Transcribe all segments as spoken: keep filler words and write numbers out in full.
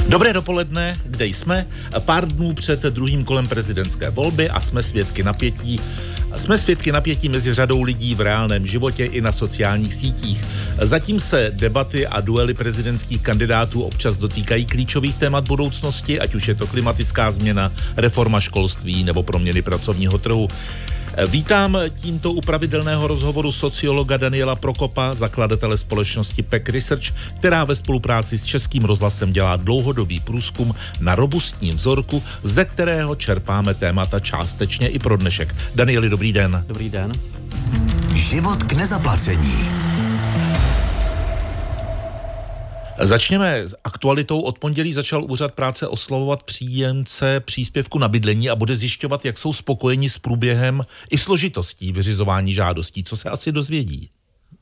Dobré dopoledne, kde jsme? Pár dnů před druhým kolem prezidentské volby a jsme svědky napětí. Jsme svědky napětí mezi řadou lidí v reálném životě i na sociálních sítích. Zatím se debaty a duely prezidentských kandidátů občas dotýkají klíčových témat budoucnosti, ať už je to klimatická změna, reforma školství nebo proměny pracovního trhu. Vítám tímto u pravidelného rozhovoru sociologa Daniela Prokopa, zakladatele společnosti P E C Research, která ve spolupráci s Českým rozhlasem dělá dlouhodobý průzkum na robustním vzorku, ze kterého čerpáme témata částečně i pro dnešek. Danieli, dobrý den. Dobrý den. Život k nezaplacení. Začněme aktualitou. Od pondělí začal úřad práce oslovovat příjemce příspěvku na bydlení a bude zjišťovat, jak jsou spokojeni s průběhem i složitostí vyřizování žádostí. Co se asi dozvědí?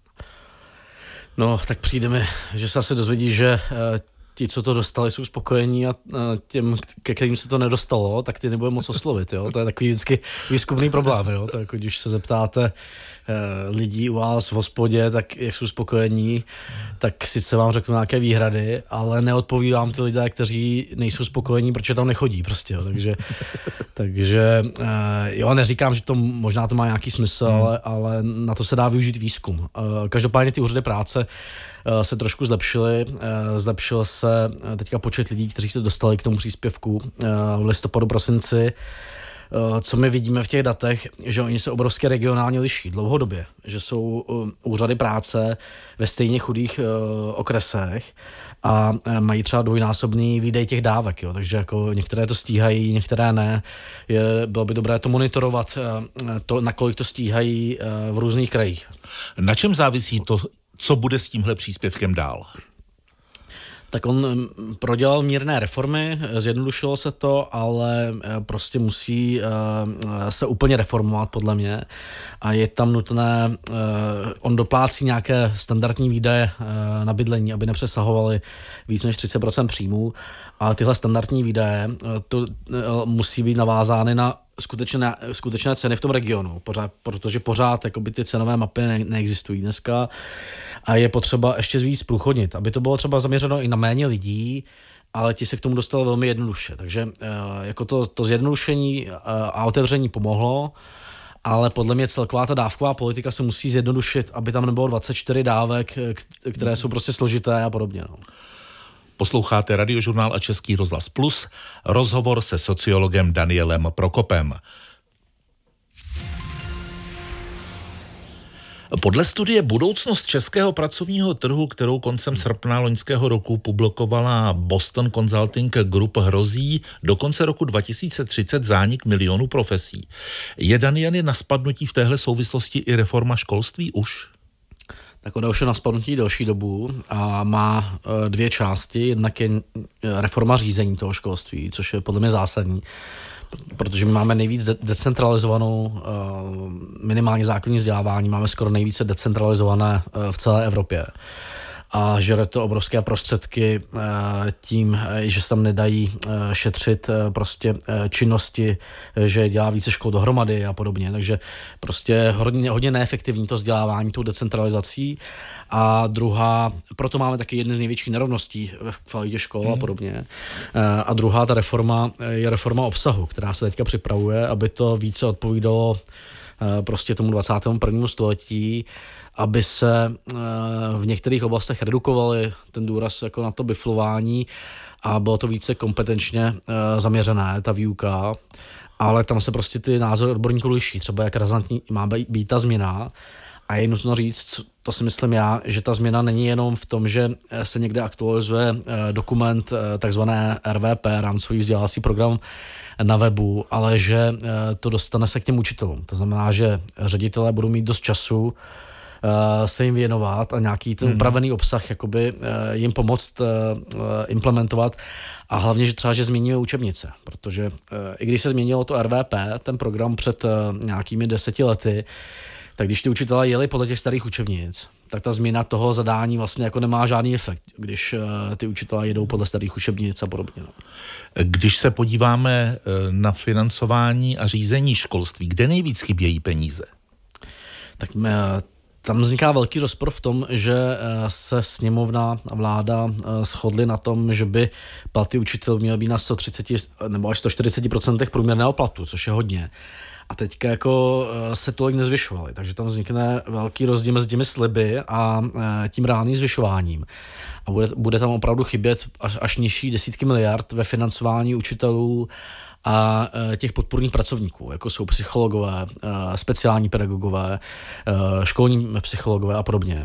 No, tak přijde mi, že se asi dozvědí, že ti, co to dostali, jsou spokojení a těm, ke kterým se to nedostalo, tak ty nebude moc oslovit, jo. To je takový vždycky výzkumný problém, jo. To jako když se zeptáte lidí u vás v hospodě, tak jak jsou spokojení, tak sice vám řeknu nějaké výhrady, ale neodpoví vám ty lidé, kteří nejsou spokojení, protože tam nechodí prostě, jo. Takže, takže jo, neříkám, že to možná to má nějaký smysl, hmm. ale, ale na to se dá využít výzkum. Každopádně ty úřady práce se trošku zlepšily, zlepšil se teďka počet lidí, kteří se dostali k tomu příspěvku v listopadu, prosinci. Co my vidíme v těch datech, že oni se obrovsky regionálně liší dlouhodobě, že jsou úřady práce ve stejně chudých okresech a mají třeba dvojnásobný výdej těch dávek, jo. Takže jako některé to stíhají, některé ne. Je, bylo by dobré to monitorovat, to, nakolik to stíhají v různých krajích. Na čem závisí to, co bude s tímhle příspěvkem dál? Tak on prodělal mírné reformy, zjednodušilo se to, ale prostě musí se úplně reformovat podle mě a je tam nutné, on doplácí nějaké standardní výdaje na bydlení, aby nepřesahovaly víc než třicet procent příjmů, ale tyhle standardní výdaje to musí být navázány na skutečné, skutečné ceny v tom regionu, pořád, protože pořád jakoby, ty cenové mapy ne, neexistují dneska a je potřeba ještě víc průchodnit, aby to bylo třeba zaměřeno i na méně lidí, ale ti se k tomu dostali velmi jednoduše. Takže jako to, to zjednodušení a otevření pomohlo, ale podle mě celková ta dávková politika se musí zjednodušit, aby tam nebylo dvacet čtyři dávek, které jsou prostě složité a podobně. No. Posloucháte Radiožurnál a Český rozhlas Plus, rozhovor se sociologem Danielem Prokopem. Podle studie Budoucnost českého pracovního trhu, kterou koncem srpna loňského roku publikovala Boston Consulting Group, hrozí do konce roku dva tisíce třicet zánik milionů profesí. Je, Danieli, na spadnutí v téhle souvislosti i reforma školství už? Tak ona už je na spadnutí delší dobu a má dvě části. Jednak je reforma řízení toho školství, což je podle mě zásadní, protože my máme nejvíc decentralizovanou minimálně základní vzdělávání, máme skoro nejvíce decentralizované v celé Evropě. A žere to obrovské prostředky tím, že se tam nedají šetřit prostě činnosti, že dělá více škol dohromady a podobně. Takže prostě hodně, hodně neefektivní to vzdělávání tou decentralizací. A druhá, proto máme taky jedny z největších nerovností v kvalitě škol hmm. a podobně. A druhá ta reforma je reforma obsahu, která se teďka připravuje, aby to více odpovídalo prostě tomu dvacátému prvnímu století, aby se v některých oblastech redukovali ten důraz jako na to biflování a bylo to více kompetenčně zaměřené, ta výuka, ale tam se prostě ty názory odborníků liší, třeba jak razantní má být ta změna a je nutno říct, to si myslím já, že ta změna není jenom v tom, že se někde aktualizuje dokument takzvané R V P, rámcový vzdělávací program na webu, ale že to dostane se k těm učitelům. To znamená, že ředitelé budou mít dost času se jim věnovat a nějaký ten upravený obsah jakoby jim pomoct implementovat a hlavně, že třeba, že změníme učebnice, protože i když se změnilo to R V P, ten program před nějakými deseti lety, tak když ty učitelé jeli podle těch starých učebnic, tak ta změna toho zadání vlastně jako nemá žádný efekt, když ty učitelé jedou podle starých učebnic a podobně. Když se podíváme na financování a řízení školství, kde nejvíc chybějí peníze? Tak tam vzniká velký rozpor v tom, že se sněmovna a vláda shodly na tom, že by platy učitelů měly být na sto třicet nebo až sto čtyřicet procent průměrného platu, což je hodně. A teďka jako se tolik nezvyšovaly, takže tam vznikne velký rozdíl mezi těmi sliby a tím reálným zvyšováním. A bude, bude tam opravdu chybět až, až nižší desítky miliard ve financování učitelů a těch podpůrných pracovníků, jako jsou psychologové, speciální pedagogové, školní psychologové a podobně.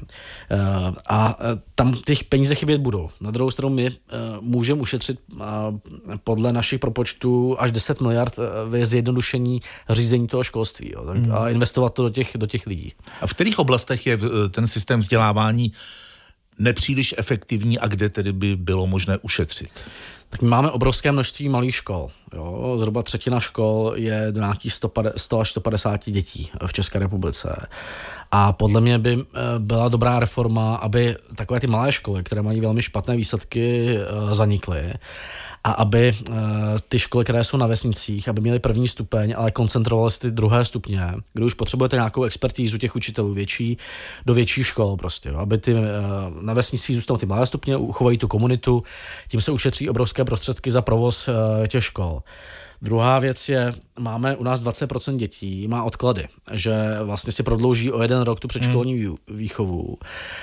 A tam těch peníze chybět budou. Na druhou stranu my můžeme ušetřit podle našich propočtů až deset miliard ve zjednodušení řízení toho školství, jo, tak, hmm. a investovat to do těch, do těch lidí. A v kterých oblastech je ten systém vzdělávání nepříliš efektivní a kde tedy by bylo možné ušetřit? Tak my máme obrovské množství malých škol. Jo? Zhruba třetina škol je do nějakých sto až sto padesát dětí v České republice. A podle mě by byla dobrá reforma, aby takové ty malé školy, které mají velmi špatné výsledky, zanikly. A aby ty školy, které jsou na vesnicích, aby měly první stupeň, ale koncentrovaly se ty druhé stupně, kde už potřebujete nějakou expertízu těch učitelů větší, do větších škol prostě. Jo? Aby ty na vesnicích zůstanou ty malé stupně, uchovají tu komunitu, tím se ušetří obrovské prostředky za provoz těch škol. Druhá věc je, máme u nás dvacet procent dětí, má odklady, že vlastně si prodlouží o jeden rok tu předškolní hmm. výchovu.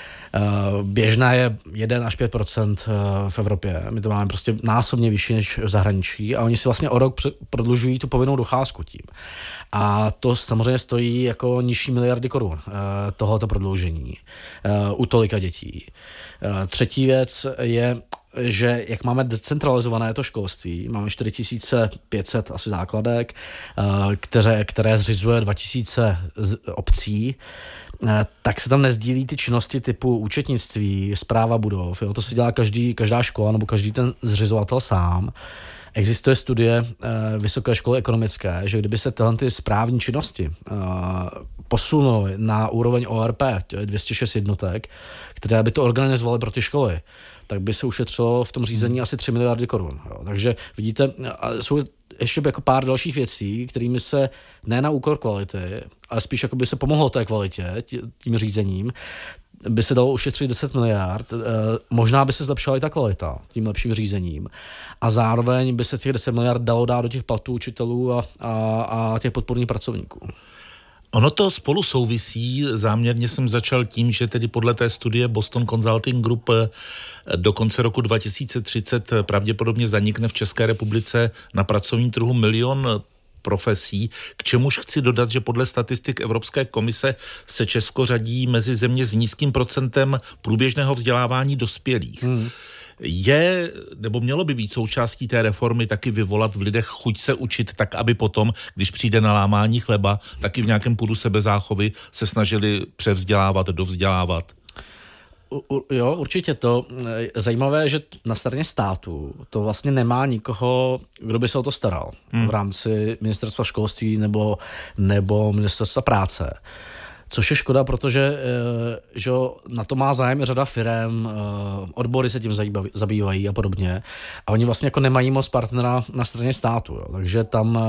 Běžná je jeden až pět procent v Evropě. My to máme prostě násobně vyšší než v zahraničí a oni si vlastně o rok prodlužují tu povinnou docházku tím. A to samozřejmě stojí jako nižší miliardy korun tohoto prodloužení u tolika dětí. Třetí věc je, že jak máme decentralizované to školství, máme čtyři tisíce pět set asi základek, které, které zřizuje dva tisíce obcí, tak se tam nezdílí ty činnosti typu účetnictví, správa budov. Jo? To si dělá každý, každá škola nebo každý ten zřizovatel sám. Existuje studie e, Vysoké školy ekonomické, že kdyby se tyhle ty správní činnosti e, posunuly na úroveň O R P, dvě stě šest jednotek, které by to organizovaly pro ty školy, tak by se ušetřilo v tom řízení asi tři miliardy korun. Jo. Takže vidíte, jsou ještě jako pár dalších věcí, kterými se ne na úkor kvality, ale spíš jako by se pomohlo té kvalitě tím řízením, by se dalo ušetřit deset miliard, možná by se zlepšila i ta kvalita tím lepším řízením a zároveň by se těch deset miliard dalo dát do těch platů učitelů a, a, a těch podporných pracovníků. Ono to spolu souvisí, záměrně jsem začal tím, že tedy podle té studie Boston Consulting Group do konce roku dva tisíce třicet pravděpodobně zanikne v České republice na pracovním trhu milion profesí, k čemuž chci dodat, že podle statistik Evropské komise se Česko řadí mezi země s nízkým procentem průběžného vzdělávání dospělých. Hmm. Je, nebo mělo by být součástí té reformy taky vyvolat v lidech chuť se učit tak, aby potom, když přijde na lámání chleba, taky v nějakém půdu sebezáchovy se snažili převzdělávat, dovzdělávat? U, u, jo, určitě to. Zajímavé je, že na straně státu to vlastně nemá nikoho, kdo by se o to staral hmm. v rámci ministerstva školství nebo, nebo ministerstva práce. Což je škoda, protože že na to má zájem řada firem, odbory se tím zabývají a podobně. A oni vlastně jako nemají moc partnera na straně státu. Jo. Takže tam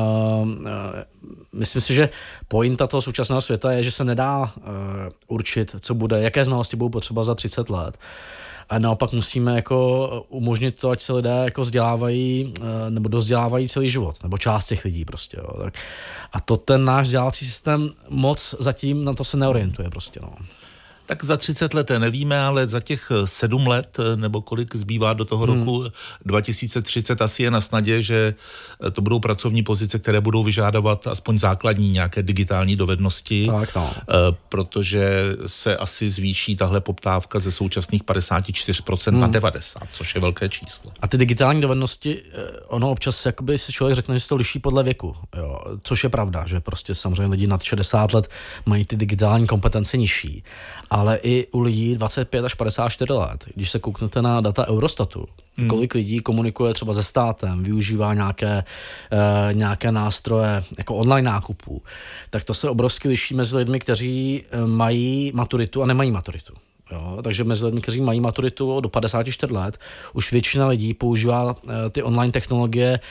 myslím si, že pointa toho současného světa je, že se nedá určit, co bude, jaké znalosti budou potřeba za třicet let. A naopak musíme jako umožnit to, ať se lidé jako vzdělávají nebo dozdělávají celý život, nebo část těch lidí prostě. Jo. Tak, a to ten náš vzdělávací systém moc zatím na to se neorientuje prostě. No. Tak za třicet let nevíme, ale za těch sedm let, nebo kolik zbývá do toho hmm. roku dva tisíce třicet, asi je na snadě, že to budou pracovní pozice, které budou vyžadovat aspoň základní nějaké digitální dovednosti, tak no. protože se asi zvýší tahle poptávka ze současných padesát čtyři procent hmm. na devadesát procent, což je velké číslo. A ty digitální dovednosti, ono občas jakoby si člověk řekne, že se to liší podle věku, jo, což je pravda, že prostě samozřejmě lidi nad šedesát let mají ty digitální kompetence nižší. Ale i u lidí dvacet pět až padesát čtyři let, když se kouknete na data Eurostatu, hmm. kolik lidí komunikuje třeba se státem, využívá nějaké, e, nějaké nástroje jako online nákupů, tak to se obrovsky liší mezi lidmi, kteří mají maturitu a nemají maturitu. Jo, takže mezi lidmi, kteří mají maturitu do padesát čtyři let, už většina lidí používá e, ty online technologie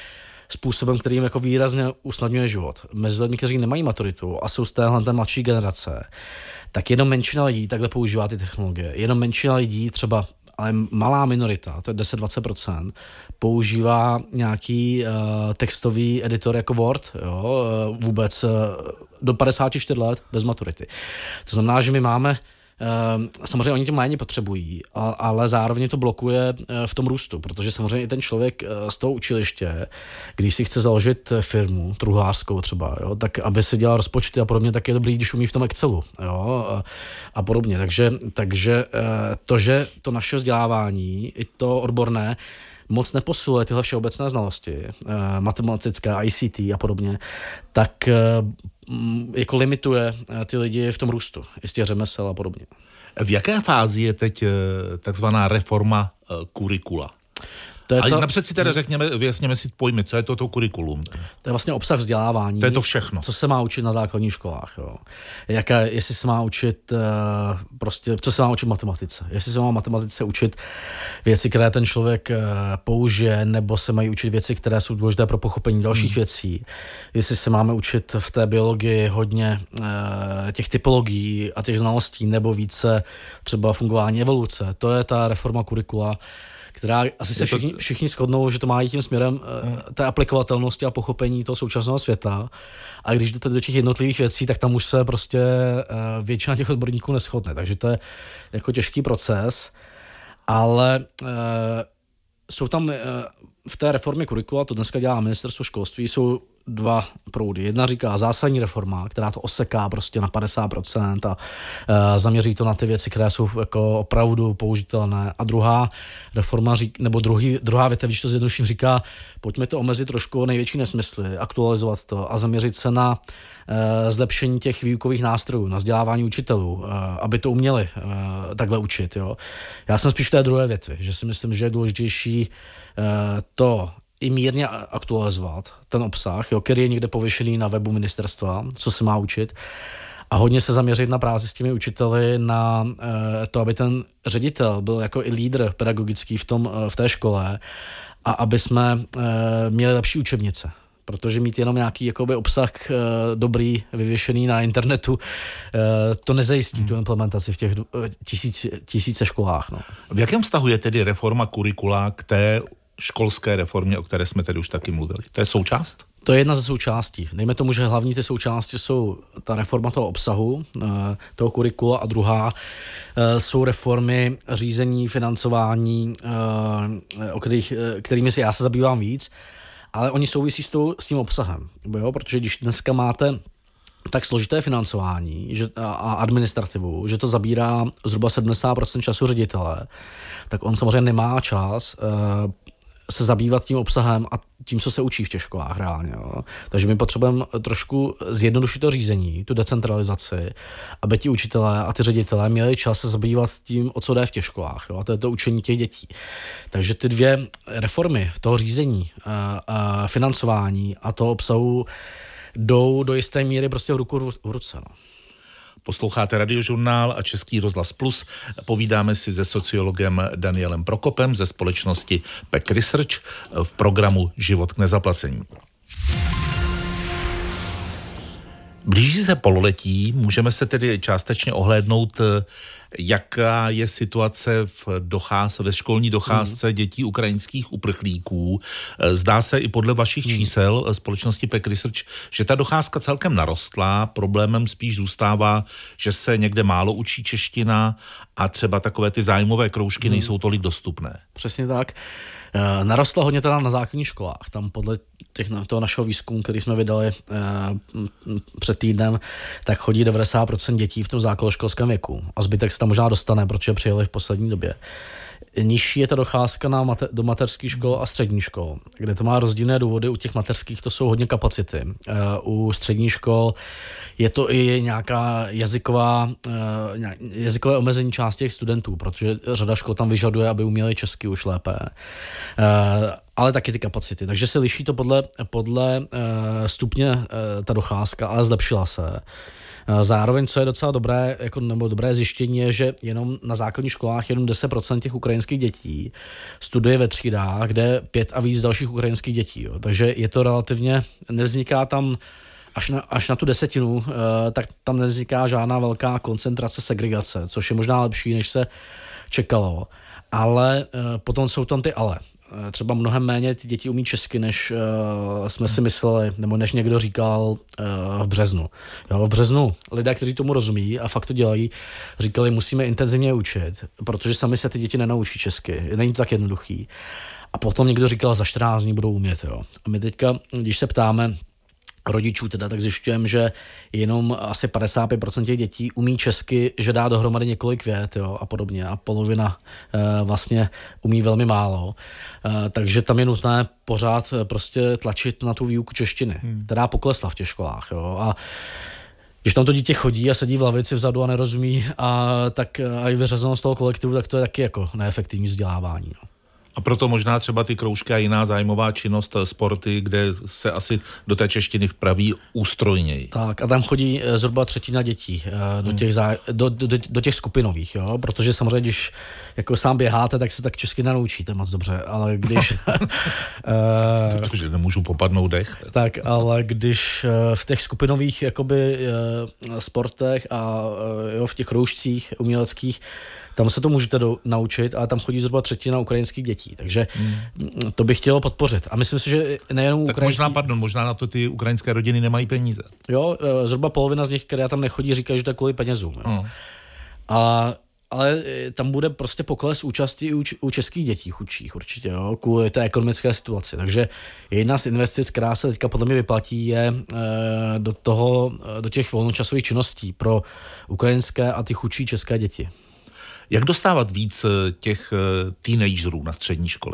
způsobem, který jim jako výrazně usnadňuje život. Mezi lidmi, kteří nemají maturitu a jsou z téhle té mladší generace, tak jenom menšina lidí takhle používá ty technologie. Jenom menšina lidí, třeba ale malá minorita, to je deset až dvacet procent, používá nějaký uh, textový editor jako Word, jo, uh, vůbec uh, do padesát čtyři let bez maturity. To znamená, že my máme samozřejmě oni to méně potřebují, ale zároveň to blokuje v tom růstu, protože samozřejmě i ten člověk z toho učiliště, když si chce založit firmu, truhlářskou třeba, jo, tak aby si dělal rozpočty a podobně, tak je dobrý, když umí v tom Excelu, jo, a, a podobně. Takže, takže to, že to naše vzdělávání, i to odborné, moc neposiluje tyhle všeobecné znalosti, matematické, I C T a podobně, tak jako limituje ty lidi v tom růstu, jistě řemesel a podobně. V jaké fázi je teď takzvaná reforma kurikula? Ale to... napřed si teda řekněme, vyjasněme si pojmy, co je to to kurikulum. To je vlastně obsah vzdělávání. To je to všechno. Co se má učit na základních školách. Jo. Jaké, jestli se má učit, prostě, co se má učit matematice. Jestli se má matematice učit věci, které ten člověk použije, nebo se mají učit věci, které jsou důležité pro pochopení dalších hmm. věcí. Jestli se máme učit v té biologii hodně těch typologií a těch znalostí, nebo více třeba fungování evoluce. To je ta reforma kurikula, která asi se všichni, všichni shodnou, že to má jít tím směrem té aplikovatelnosti a pochopení toho současného světa. A když jdete do těch jednotlivých věcí, tak tam už se prostě většina těch odborníků neshodne. Takže to je jako těžký proces. Ale jsou tam v té reformě kurikula, to dneska dělá ministerstvo školství, jsou dva proudy. Jedna říká zásadní reforma, která to oseká prostě na padesát procent a e, zaměří to na ty věci, které jsou jako opravdu použitelné. A druhá reforma, řík, nebo druhý, druhá větev, když to zjednoduším, říká, pojďme to omezit trošku největší nesmysly, aktualizovat to a zaměřit se na e, zlepšení těch výukových nástrojů, na vzdělávání učitelů, e, aby to uměli e, takhle učit. Jo. Já jsem spíš v té druhé větvi, že si myslím, že je důležitější e, to i mírně aktualizovat ten obsah, jo, který je někde pověšený na webu ministerstva, co se má učit, a hodně se zaměřit na práci s těmi učiteli, na e, to, aby ten ředitel byl jako i lídr pedagogický v, tom, v té škole a aby jsme e, měli lepší učebnice. Protože mít jenom nějaký jakoby obsah e, dobrý, vyvěšený na internetu, e, to nezajistí hmm. tu implementaci v těch tisíc, tisíce školách. No. V jakém vztahu je tedy reforma kurikula k té školské reformě, o které jsme tedy už taky mluvili? To je součást? To je jedna ze součástí. Dejme tomu, že hlavní ty součásti jsou ta reforma toho obsahu, toho kurikula, a druhá jsou reformy řízení, financování, o kterých, kterými si já se zabývám víc, ale oni souvisí s, tou, s tím obsahem. Jo? Protože když dneska máte tak složité financování že, a administrativu, že to zabírá zhruba sedmdesát procent času ředitele, tak on samozřejmě nemá čas se zabývat tím obsahem a tím, co se učí v těch školách reálně. Jo. Takže my potřebujeme trošku zjednodušit to řízení, tu decentralizaci, aby ti učitelé a ty ředitelé měli čas se zabývat tím, o co jde v těch školách. Jo. A to je to učení těch dětí. Takže ty dvě reformy toho řízení, a, a financování a toho obsahu jdou do jisté míry prostě v ruku v ruce. No. Posloucháte Radiožurnál a Český rozhlas Plus. Povídáme si se sociologem Danielem Prokopem ze společnosti P E C Research v programu Život k nezaplacení. Blíží se pololetí, můžeme se tedy částečně ohlédnout, jaká je situace v docház, ve školní docházce hmm. dětí ukrajinských uprchlíků. Zdá se i podle vašich hmm. čísel společnosti P E C Research, že ta docházka celkem narostla. Problémem spíš zůstává, že se někde málo učí čeština a třeba takové ty zájmové kroužky hmm. nejsou tolik dostupné. Přesně tak. E, narostla hodně teda na základních školách. Tam podle těch, toho našeho výzkumu, který jsme vydali e, před týdnem, tak chodí devadesát procent dětí v tom základoškolském věku. A zbytek se tam možná dostane, protože přijeli v poslední době. Nižší je ta docházka na mate, do mateřských škol a středních škol, kde to má rozdílné důvody. U těch mateřských to jsou hodně kapacity. U středních škol je to i nějaká jazyková, jazykové omezení části těch studentů, protože řada škol tam vyžaduje, aby uměli česky už lépe. Ale taky ty kapacity. Takže se liší to podle, podle stupně ta docházka, ale zlepšila se. Zároveň, co je docela dobré, jako, nebo dobré zjištění, je, že jenom na základních školách jenom deset procent těch ukrajinských dětí studuje ve třídách, kde pět a víc dalších ukrajinských dětí. Jo. Takže je to relativně, nevzniká tam až na, až na tu desetinu, tak tam nevzniká žádná velká koncentrace segregace, což je možná lepší, než se čekalo. Ale potom jsou tam ty ale. Třeba mnohem méně ty děti umí česky, než uh, jsme si mysleli, nebo než někdo říkal uh, v březnu. Jo, v březnu lidé, kteří tomu rozumí a fakt to dělají, říkali, musíme intenzivně učit, protože sami se ty děti nenaučí česky. Není to tak jednoduchý. A potom někdo říkal, za čtrnáct dní budou umět. Jo. A my teďka, když se ptáme rodičů teda, tak zjišťujeme, že jenom asi padesát pět procent těch dětí umí česky, že dá dohromady několik vět, jo, a podobně. A polovina e, vlastně umí velmi málo. E, takže tam je nutné pořád prostě tlačit na tu výuku češtiny, hmm. která poklesla v těch školách. Jo. A když tam to dítě chodí a sedí v lavici vzadu a nerozumí, a tak a i vyřazeno z toho kolektivu, tak to je taky jako neefektivní vzdělávání. No. A proto možná třeba ty kroužky a jiná zájmová činnost, sporty, kde se asi do té češtiny vpraví ústrojněji. Tak a tam chodí zhruba třetina dětí do těch, zá, do, do, do těch skupinových, jo? Protože samozřejmě, když jako sám běháte, tak se tak česky nenaučíte moc dobře, ale když... Protože nemůžu popadnout dech. Tak, ale když v těch skupinových jakoby sportech a jo, v těch kroužcích uměleckých, tam se to můžete do, naučit, ale tam chodí zhruba třetina ukrajinských dětí, takže hmm. to bych chtělo podpořit. A myslím si, že nejenom tak ukrajinský... možná, pardon, možná na to ty ukrajinské rodiny nemají peníze. Jo, zhruba polovina z nich, které tam nechodí, říkají, že to je kvůli penězům. Hmm. A, ale tam bude prostě pokles účasti u, u českých dětí chudších určitě, jo, kvůli té ekonomické situaci. Takže jedna z investic, která se teďka podle mě vyplatí, je e, do toho, do těch volnočasových činností pro ukrajinské a ty chudší české děti. Jak dostávat víc těch teenagerů na střední školy?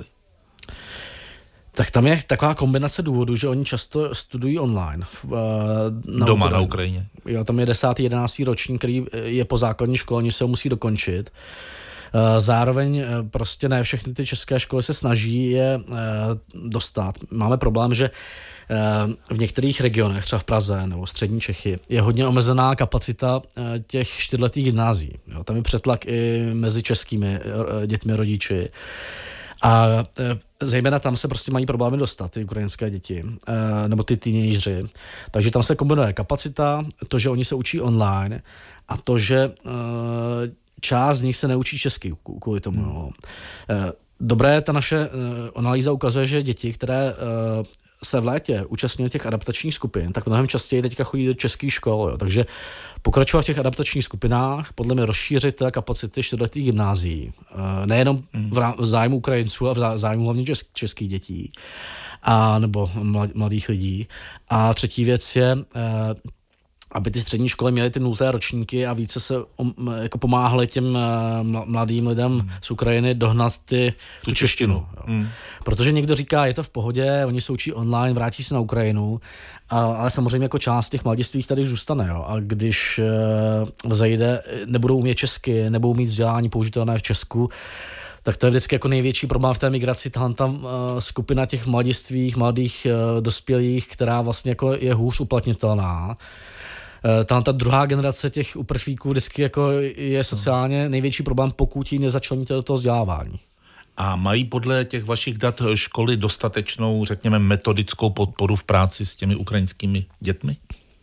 Tak tam je taková kombinace důvodů, že oni často studují online. Na Doma Ukrajině. na Ukrajině. Jo, tam je desátý, jedenáctý ročník, který je po základní škole, oni se ho musí dokončit. Zároveň prostě ne všechny ty české školy se snaží je dostat. Máme problém, že v některých regionech, třeba v Praze nebo střední Čechy, je hodně omezená kapacita těch čtyřletých gymnázií. Jo, tam je přetlak i mezi českými dětmi rodiči. A zejména tam se prostě mají problémy dostat, ty ukrajinské děti, nebo ty teenageři. Takže tam se kombinuje kapacita, to, že oni se učí online a to, že část z nich se neučí česky kvůli tomu. Hmm. Dobré, ta naše analýza ukazuje, že děti, které se v létě účastnili těch adaptačních skupin, tak mnohem častěji teďka chodí do českých škol. Jo. Takže pokračovat v těch adaptačních skupinách, podle mě rozšířit té kapacity čtyřletých gymnázií. Nejenom v zájmu Ukrajinců, ale v zájmu hlavně českých dětí a nebo mladých lidí. A třetí věc je, aby ty střední školy měly ty nulté ročníky a více se jako pomáhly těm mladým lidem hmm. z Ukrajiny dohnat ty, tu, tu češtinu. Hmm. Protože někdo říká, je to v pohodě, oni se učí online, vrátí se na Ukrajinu, a, ale samozřejmě jako část těch mladistvých tady zůstane. Jo. A když e, zajde, nebudou umět česky, nebudou mít vzdělání použitelné v Česku, tak to je vždycky jako největší problém v té migraci, tahle tam uh, skupina těch mladistvých, mladých uh, dospělých, která vlastně jako je hůř uplatnitelná. Tam ta druhá generace těch uprchlíků vždycky jako je sociálně největší problém, pokud ji nezačleníte do toho vzdělávání. A mají podle těch vašich dat školy dostatečnou, řekněme, metodickou podporu v práci s těmi ukrajinskými dětmi?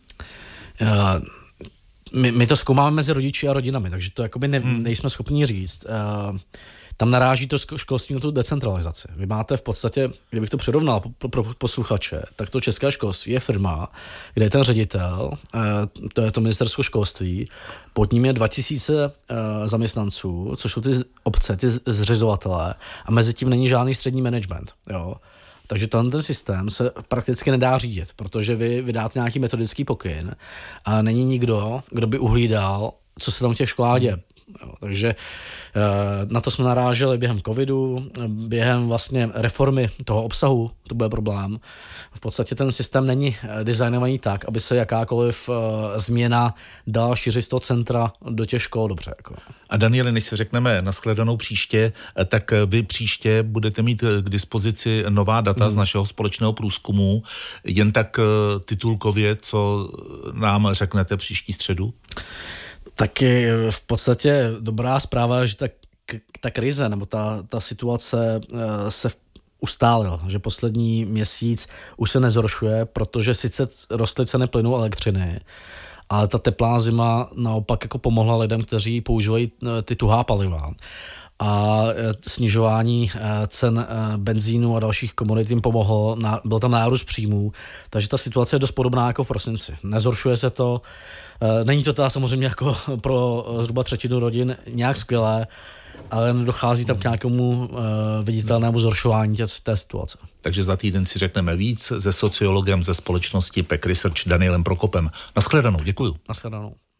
Uh, my, my to zkoumáme mezi rodiči a rodinami, takže to jakoby ne, hmm. nejsme schopni říct. Uh, Tam naráží to školství na tu decentralizaci. Vy máte v podstatě, kdybych to přirovnal pro, pro posluchače, tak to české školství je firma, kde je ten ředitel, to je to ministerstvo školství, pod ním je dva tisíce zaměstnanců, což jsou ty obce, ty zřizovatelé, a mezi tím není žádný střední management. Jo. Takže ten systém se prakticky nedá řídit, protože vy vydáte nějaký metodický pokyn a není nikdo, kdo by uhlídal, co se tam v těch školách děje. Jo, takže na to jsme naráželi během covidu, během vlastně reformy toho obsahu, to bude problém. V podstatě ten systém není designovaný tak, aby se jakákoliv změna dala šířit z toho centra do těch škol dobře. Jako. A Danieli, než se řekneme nashledanou příště, tak vy příště budete mít k dispozici nová data hmm. z našeho společného průzkumu. Jen tak titulkově, co nám řeknete příští středu? Taky v podstatě dobrá zpráva, že ta, ta krize nebo ta, ta situace se ustálila, že poslední měsíc už se nezhoršuje, protože sice rostly ceny plynu a elektřiny, ale ta teplá zima naopak jako pomohla lidem, kteří používají ty tuhá paliva. A snižování cen benzínu a dalších komodit jim pomohlo, byl tam nárůst příjmů, takže ta situace je dost podobná jako v prosinci. Nezhoršuje se to, není to teda samozřejmě jako pro zhruba třetinu rodin nějak skvělé, ale nedochází tam k nějakému viditelnému zhoršování té, té situace. Takže za týden si řekneme víc se sociologem ze společnosti P E C Research Danielem Prokopem. Nashledanou, děkuju. Nashledanou.